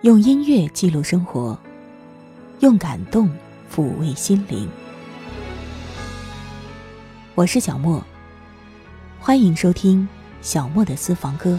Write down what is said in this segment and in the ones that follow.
用音乐记录生活，用感动抚慰心灵。我是小莫，欢迎收听小莫的私房歌。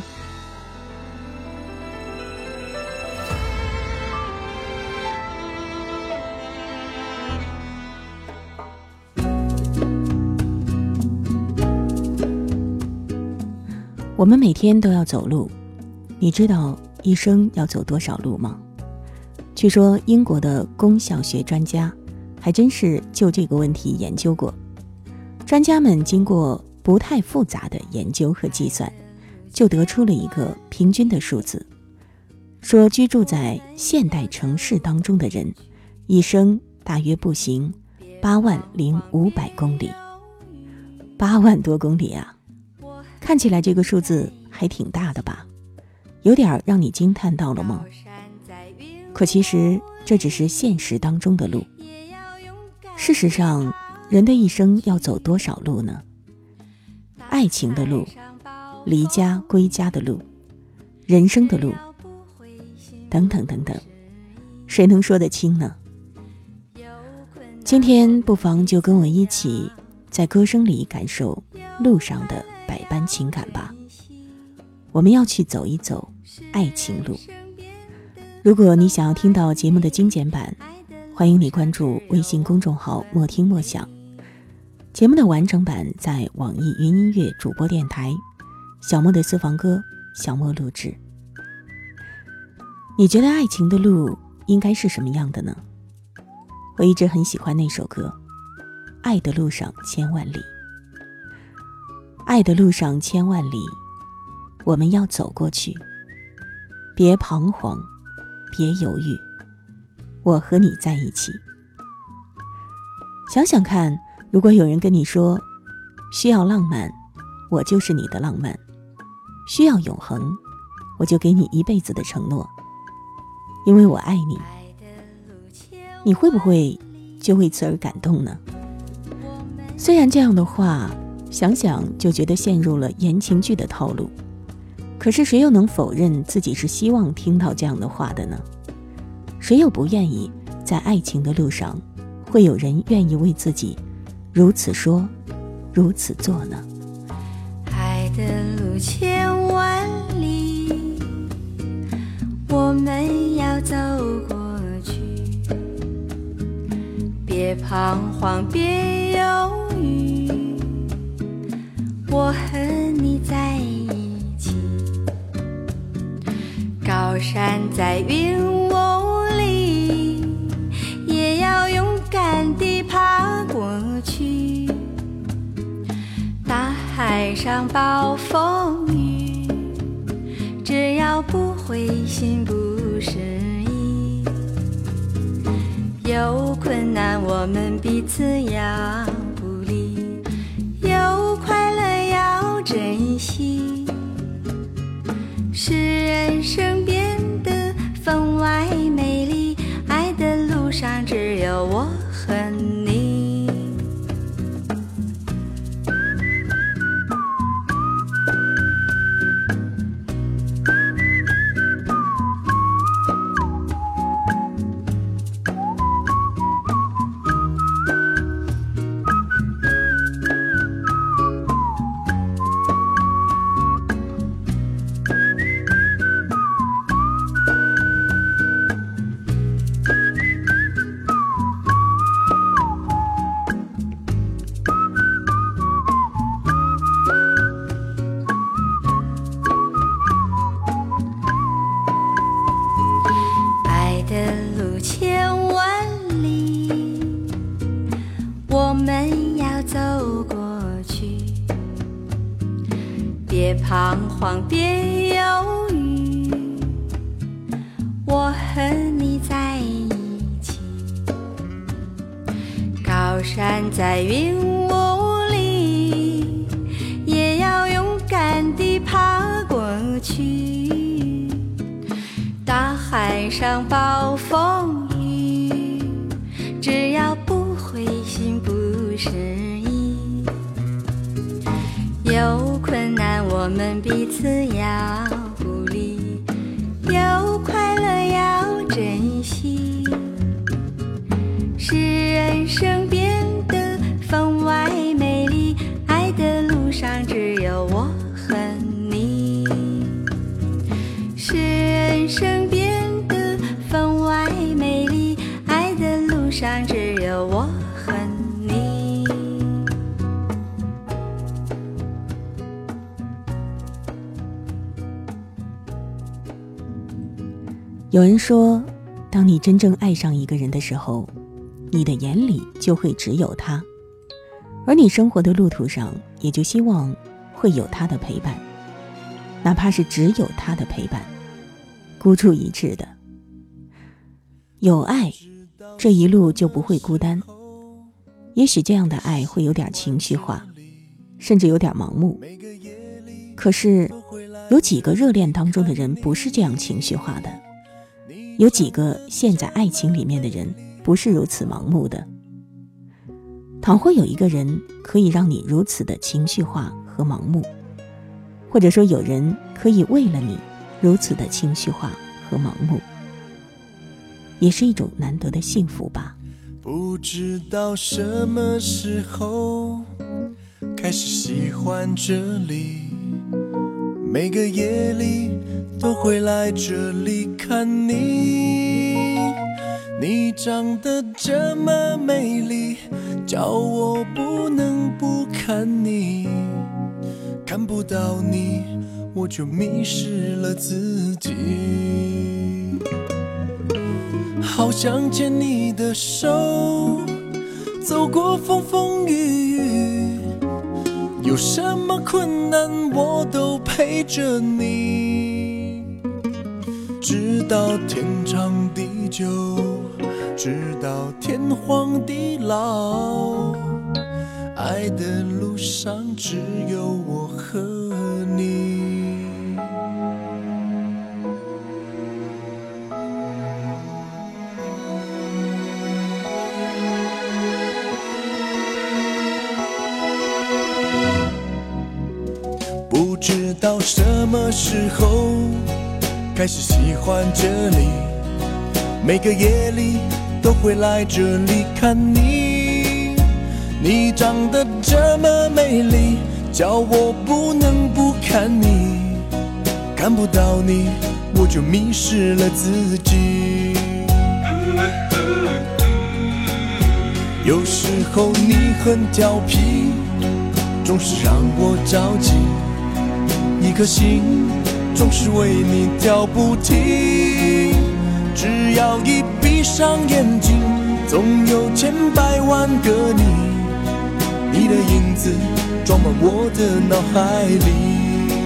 我们每天都要走路，你知道一生要走多少路吗？据说英国的功效学专家还真是就这个问题研究过。专家们经过不太复杂的研究和计算，就得出了一个平均的数字，说居住在现代城市当中的人，一生大约步行80500公里。8万多公里啊！看起来这个数字还挺大的吧？有点让你惊叹到了吗？可其实这只是现实当中的路。事实上，人的一生要走多少路呢？爱情的路，离家归家的路，人生的路，等等等等，谁能说得清呢？今天不妨就跟我一起在歌声里感受路上的百般情感吧。我们要去走一走爱情路。如果你想要听到节目的精简版，欢迎你关注微信公众号莫听莫想。节目的完整版在网易云音乐主播电台，小莫的私房歌，小莫录制。你觉得爱情的路应该是什么样的呢？我一直很喜欢那首歌，爱的路上千万里。爱的路上千万里，我们要走过去，别彷徨，别犹豫，我和你在一起。想想看，如果有人跟你说需要浪漫，我就是你的浪漫；需要永恒，我就给你一辈子的承诺，因为我爱你，你会不会就为此而感动呢？虽然这样的话想想就觉得陷入了言情剧的套路，可是谁又能否认自己是希望听到这样的话的呢？谁又不愿意在爱情的路上会有人愿意为自己如此说如此做呢？ 爱的路千万里，我们要走过去，别彷徨，别犹豫，我和你在一起。高山在云雾里，也要勇敢地爬过去。大海上暴风雨，只要不灰心不失意。有困难我们彼此要鼓励，有快乐要珍惜，使人生变得分外美丽。爱的路上只有我和你。别彷徨，别犹豫，我和你在一起。高山在云雾里，也要勇敢地爬过去。大海上暴风雨，只要不灰心不失意。有困难我们彼此要鼓励，有快乐要珍惜。是人生变得分外美丽，爱的路上只有我和你。是人生变得分外美丽，爱的路上只有我和你。 有人说，当你真正爱上一个人的时候，你的眼里就会只有他，而你生活的路途上也就希望会有他的陪伴，哪怕是只有他的陪伴，孤注一掷的。有爱，这一路就不会孤单。也许这样的爱会有点情绪化，甚至有点盲目，可是有几个热恋当中的人不是这样情绪化的，有几个陷在爱情里面的人不是如此盲目的。倘或有一个人可以让你如此的情绪化和盲目，或者说有人可以为了你如此的情绪化和盲目，也是一种难得的幸福吧。 不知道什么时候开始喜欢这里，每个夜里都会来这里看你。你长得这么美丽，叫我不能不看你。看不到你，我就迷失了自己。好想牵你的手，走过风风雨雨，有什么困难我都陪着你，直到天长地久，直到天荒地老，爱的路上只有我和你。不知道什么时候开始喜欢这里，每个夜里都会来这里看你。你长得这么美丽，叫我不能不看你。看不到你，我就迷失了自己。有时候你很调皮，总是让我着急，一颗心总是为你跳不停。只要一闭上眼睛，总有千百万个你，你的影子装满我的脑海里。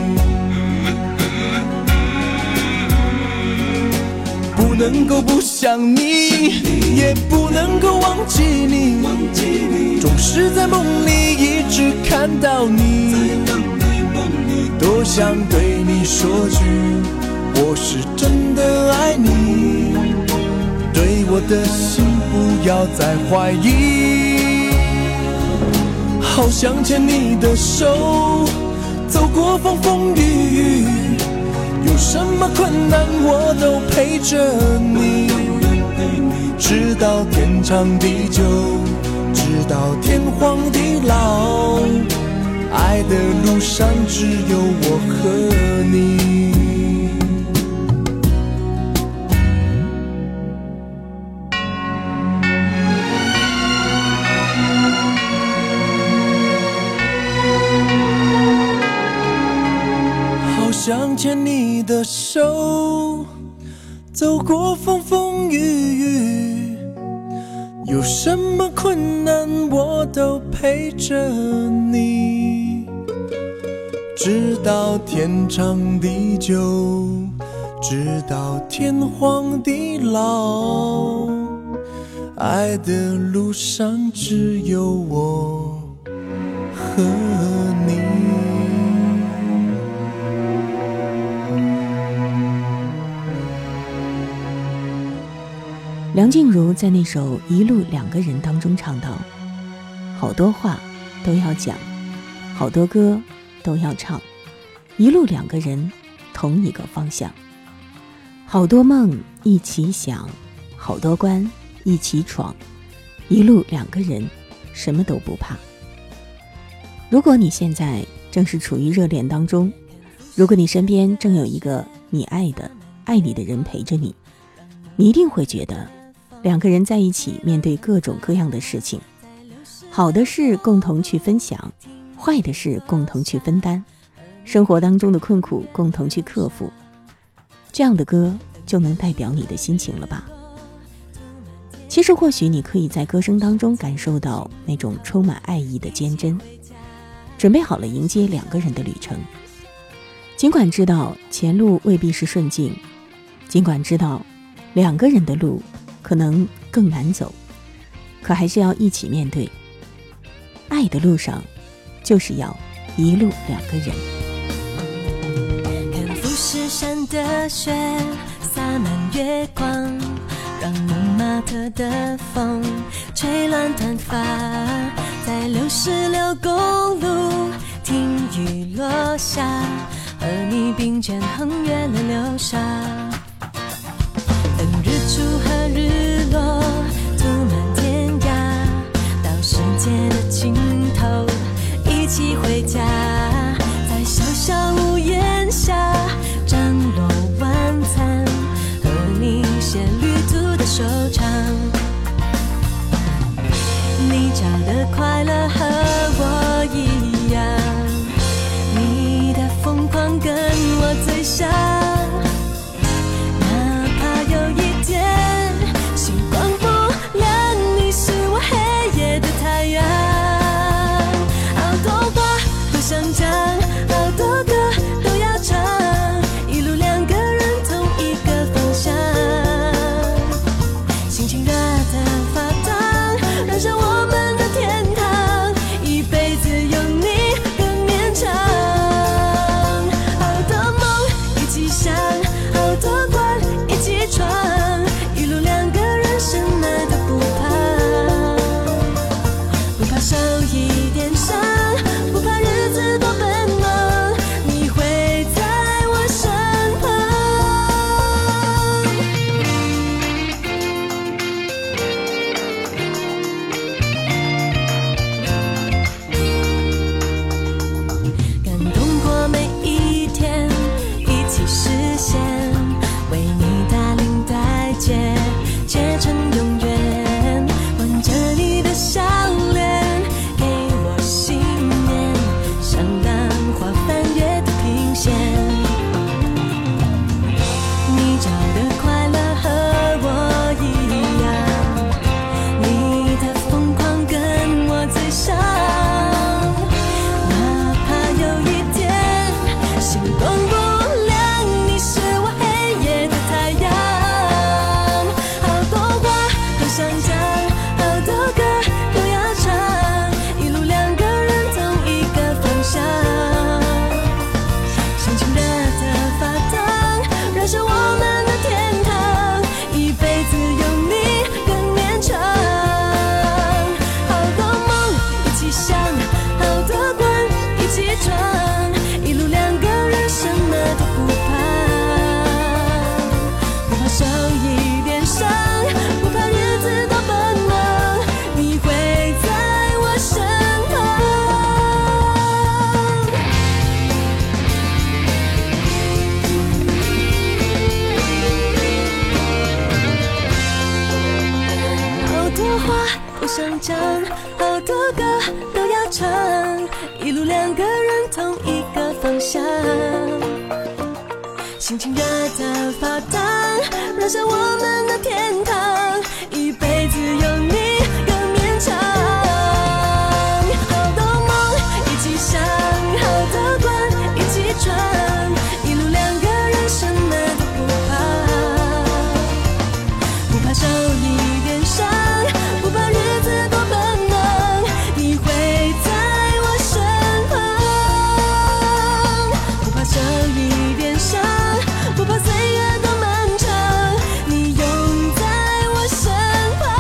不能够不想你，也不能够忘记你，总是在梦里一直看到你。多想对你说句，我是真的爱你，对我的心不要再怀疑。好想牵你的手，走过风风雨雨，有什么困难我都陪着你，直到天长地久，直到天荒地老，爱的路上只有我和你。好想牵你的手，走过风风雨雨，有什么困难我都陪着你，直到天长地久，直到天荒地老，爱的路上只有我和你。 梁静茹在那首《一路两个人》当中唱道，好多话都要讲，好多歌都要唱，一路两个人，同一个方向。好多梦一起想，好多关一起闯，一路两个人，什么都不怕。如果你现在正是处于热恋当中，如果你身边正有一个你爱的、爱你的人陪着你，你一定会觉得两个人在一起面对各种各样的事情，好的事共同去分享，坏的事共同去分担，生活当中的困苦共同去克服，这样的歌就能代表你的心情了吧？其实或许你可以在歌声当中感受到那种充满爱意的坚贞，准备好了迎接两个人的旅程。尽管知道前路未必是顺境，尽管知道两个人的路可能更难走，可还是要一起面对。爱的路上就是要一路两个人。 看富士山的雪洒满月光，让蒙马特的风吹乱短发，在66公路听雨落下，和你并肩横越了流沙，等日出和日落涂满天涯，到世界的尽头一起回家，在小小屋檐下张罗晚餐，和你写旅途的收场。你找的快乐和我一样，你的疯狂跟我最像，哪怕有一天星光不亮，你是我黑夜的太阳。好多话都想讲，好多歌都要唱，一路两个人同一个方向，心情热得发烫，燃烧我们的天堂，一辈子有你更绵长。好多梦一起想，好多关一起闯，一路两个人什么都不怕，不怕受一点伤，不怕日子多奔忙，你会在我身旁。感动过每一天，一起实现，为你打领带结，结成永远，挽着你的笑脸，给我信念，像浪花翻越的平线。你找的快乐和我一样，你的疯狂跟我最像，哪怕有一天星光不亮，你是我黑夜的太阳。好多话都想讲，好多歌都要唱，一路两个人同一个方向，心情热得发烫，燃烧我们的天堂，一辈子有你更绵长。好多梦一起想，好多关一起闯，一路两个人什么都不怕，不怕受一点伤，不怕日子多奔忙，你会在我身旁。好多话都想讲，好多歌都要唱，一路两个人同一个方向，心情热得发烫，燃烧我们的天堂，一辈子有你更绵长。好多梦一起想，好多关一起闯，一路两个人什么都不怕，不怕受一点伤，不怕日子多奔忙，你会在我身旁，不怕受一点伤，不怕岁月多漫长，你永在我身旁。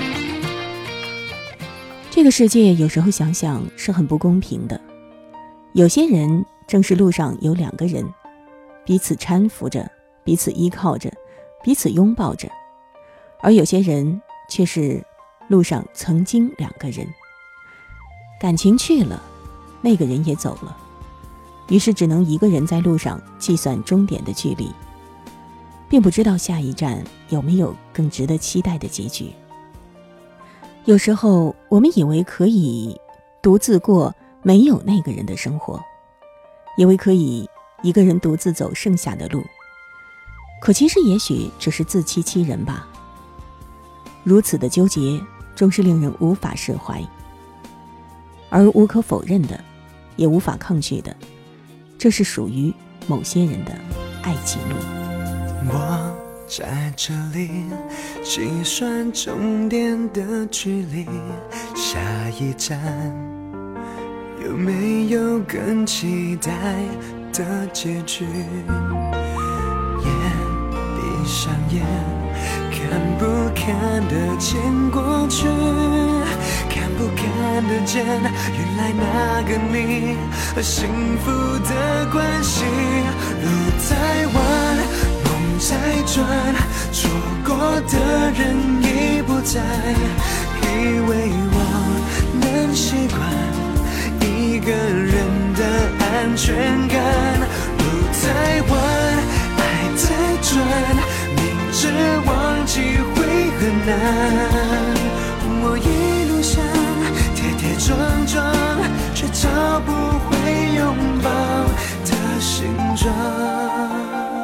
这个世界有时候想想是很不公平的， 有些人正是路上有两个人，彼此搀扶着，彼此依靠着，彼此拥抱着，而有些人却是路上曾经两个人，感情去了，那个人也走了，于是只能一个人在路上计算终点的距离，并不知道下一站有没有更值得期待的结局。有时候我们以为可以独自过没有那个人的生活，以为可以一个人独自走剩下的路，可其实也许只是自欺欺人吧。如此的纠结终是令人无法释怀，而无可否认的也无法抗拒的，这是属于某些人的爱情路。 我在这里计算终点的距离，下一站有没有更期待的结局？眼闭上眼，看不看得见过去？看不看得见原来那个你和幸福的关系？路在弯，梦在转，错过的人已不在，以为我能习惯一个人的安全感。路在弯，爱在转，明知忘记会很难。我一路上跌跌撞撞，却找不回拥抱的形状。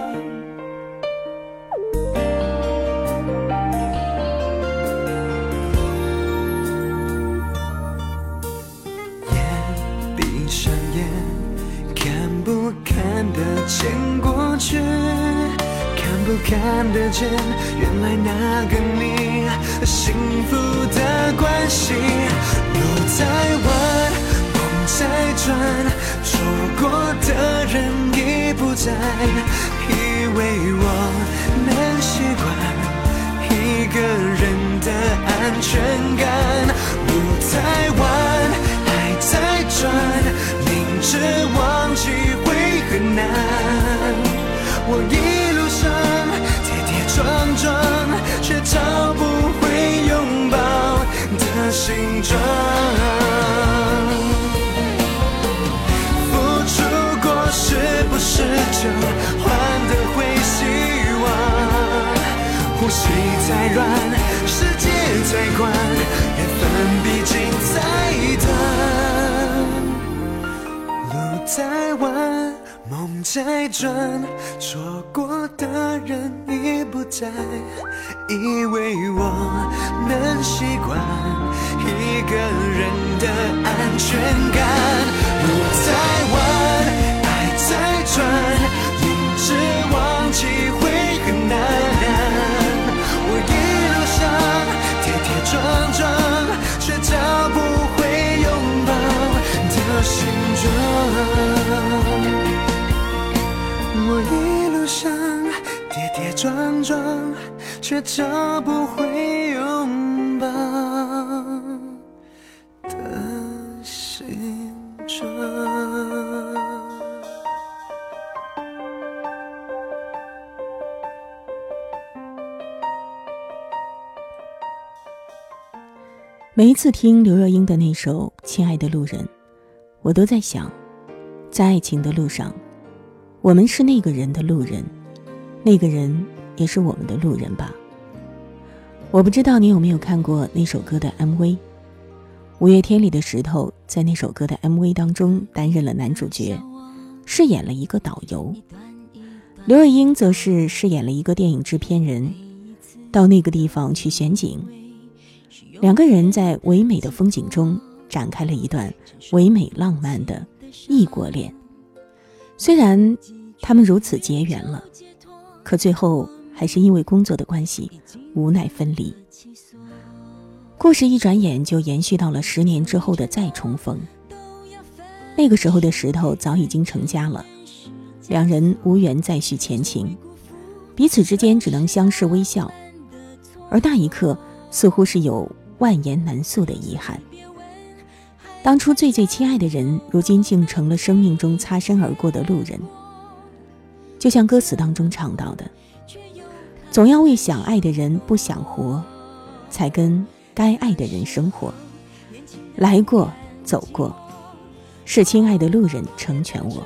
见过去，看不看得见原来那个你和幸福的关系？路在弯，梦在转，错过的人已不在，以为我能习惯一个人的安全感。路在弯，爱在转，明知忘记会很难。我一路上跌跌撞撞，却找不回拥抱的形状。付出过是不是就换得回希望？呼吸再乱，世界再宽，缘分毕竟在等。路在弯，梦在转，错过的人已不在，以为我能习惯一个人的安全感。路在弯，爱在转，明知忘记会很难。我一路上跌跌撞撞，却找不回拥抱的形状。我一路上跌跌撞撞，却找不回拥抱的形状。 每一次听刘若英的那首《亲爱的路人》，我都在想，在爱情的路上，我们是那个人的路人，那个人也是我们的路人吧。我不知道你有没有看过那首歌的 MV， 五月天里的石头在那首歌的 MV 当中担任了男主角，饰演了一个导游。刘若英则是饰演了一个电影制片人，到那个地方去选景。两个人在唯美的风景中展开了一段唯美浪漫的异国恋。虽然他们如此结缘了，可最后还是因为工作的关系无奈分离。故事一转眼就延续到了10年之后的再重逢。那个时候的石头早已经成家了，两人无缘再续前情，彼此之间只能相视微笑，而那一刻似乎是有万言难诉的遗憾。 当初最最亲爱的人，如今竟成了生命中擦身而过的路人。就像歌词当中唱到的，总要为想爱的人不想活，才跟该爱的人生活。来过走过，是亲爱的路人成全我。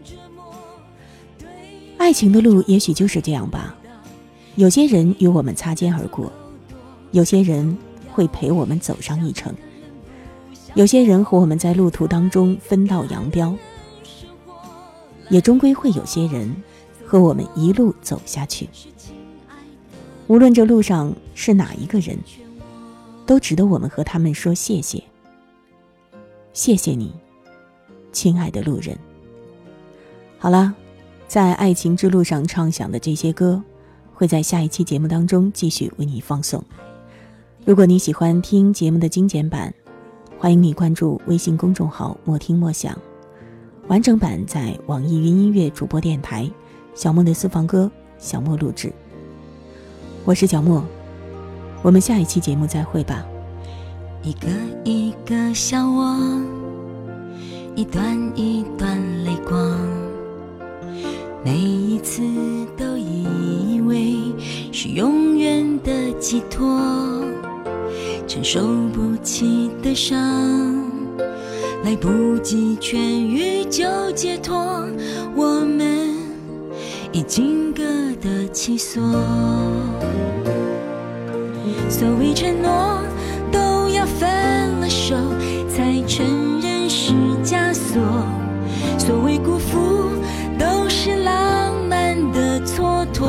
爱情的路也许就是这样吧，有些人与我们擦肩而过，有些人会陪我们走上一程，有些人和我们在路途当中分道扬镳，也终归会有些人和我们一路走下去。无论这路上是哪一个人，都值得我们和他们说谢谢。谢谢你，亲爱的路人。好了，在爱情之路上唱响的这些歌，会在下一期节目当中继续为你放送。如果你喜欢听节目的精简版，欢迎你关注微信公众号莫听莫想，完整版在网易云音乐主播电台小莫的私房歌，小莫录制。我是小莫，我们下一期节目再会吧。 一个一个小我，一段一段泪光，每一次都以为是永远的寄托，承受不起的伤，来不及痊愈就解脱，我们已经各得其所。所谓承诺都要分了手才承认是枷锁，所谓辜负都是浪漫的蹉跎，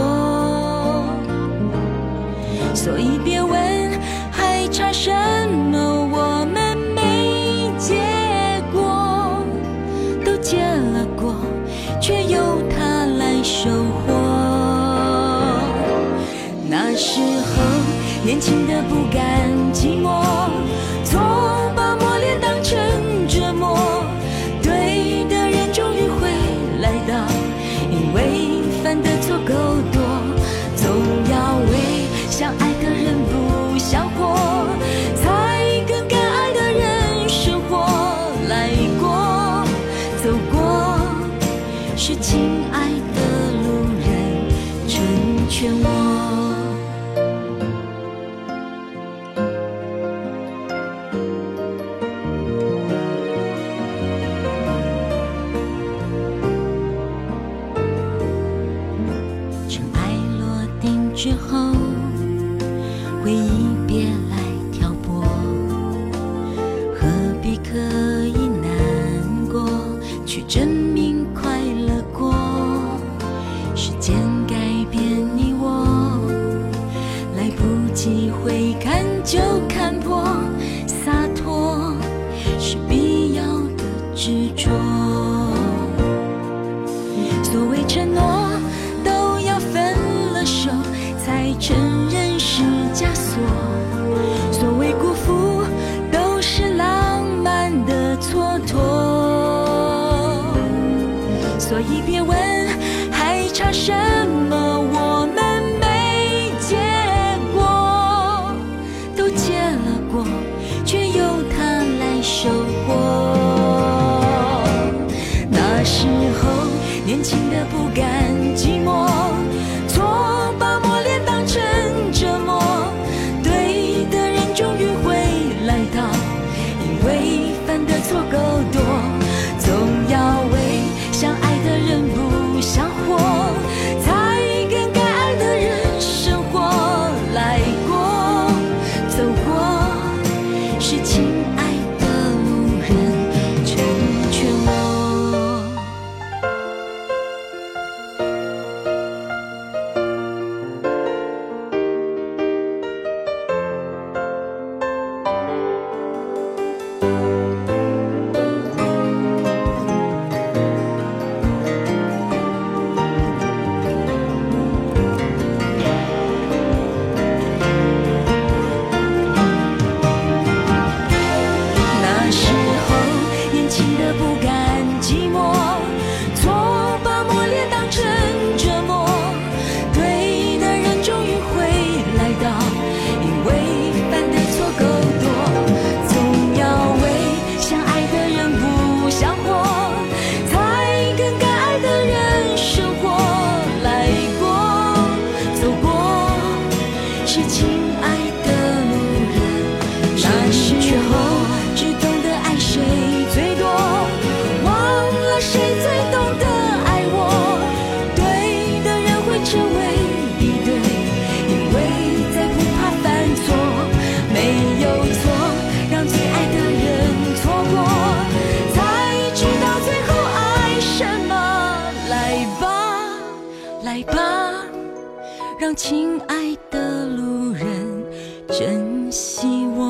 所以别问还差什么，我们没结果，都结了果，却由它来收获。那时候年轻的不甘寂寞，总把磨练当成折磨，对的人终于会来到，因为犯的错够多，总要为相爱的人不想活，才跟该爱的人生活。来过走过，是亲爱的路人成全我。之后回忆别来挑拨，何必刻意难过，去证明快乐过。时间改变你我，来不及回看就看破，洒脱是必要的执着。所谓承诺都要分了手才承认是枷锁，所谓辜负都是浪漫的蹉跎，所以别问还差什么，我们没结果，都结了果，却由它来收获。那时候年轻的不甘寂寞，把磨练当成折磨，对的人终于会来到，因为犯的错够多，总要为相爱的人让亲爱的路人珍惜我。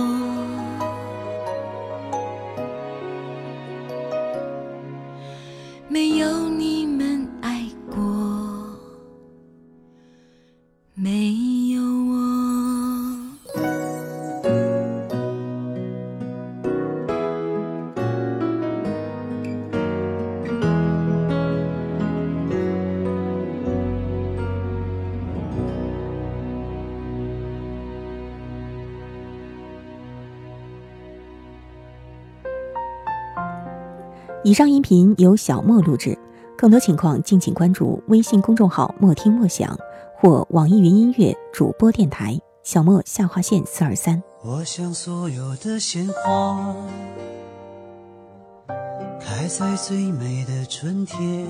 没有你们爱过，没有我。 以上音频由小莫录制，更多情况敬请关注微信公众号莫听莫想或网易云音乐主播电台小莫423。 我想所有的鲜花开在最美的春天，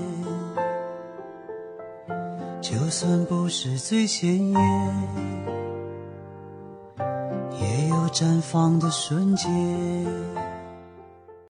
就算不是最鲜艳，也有绽放的瞬间。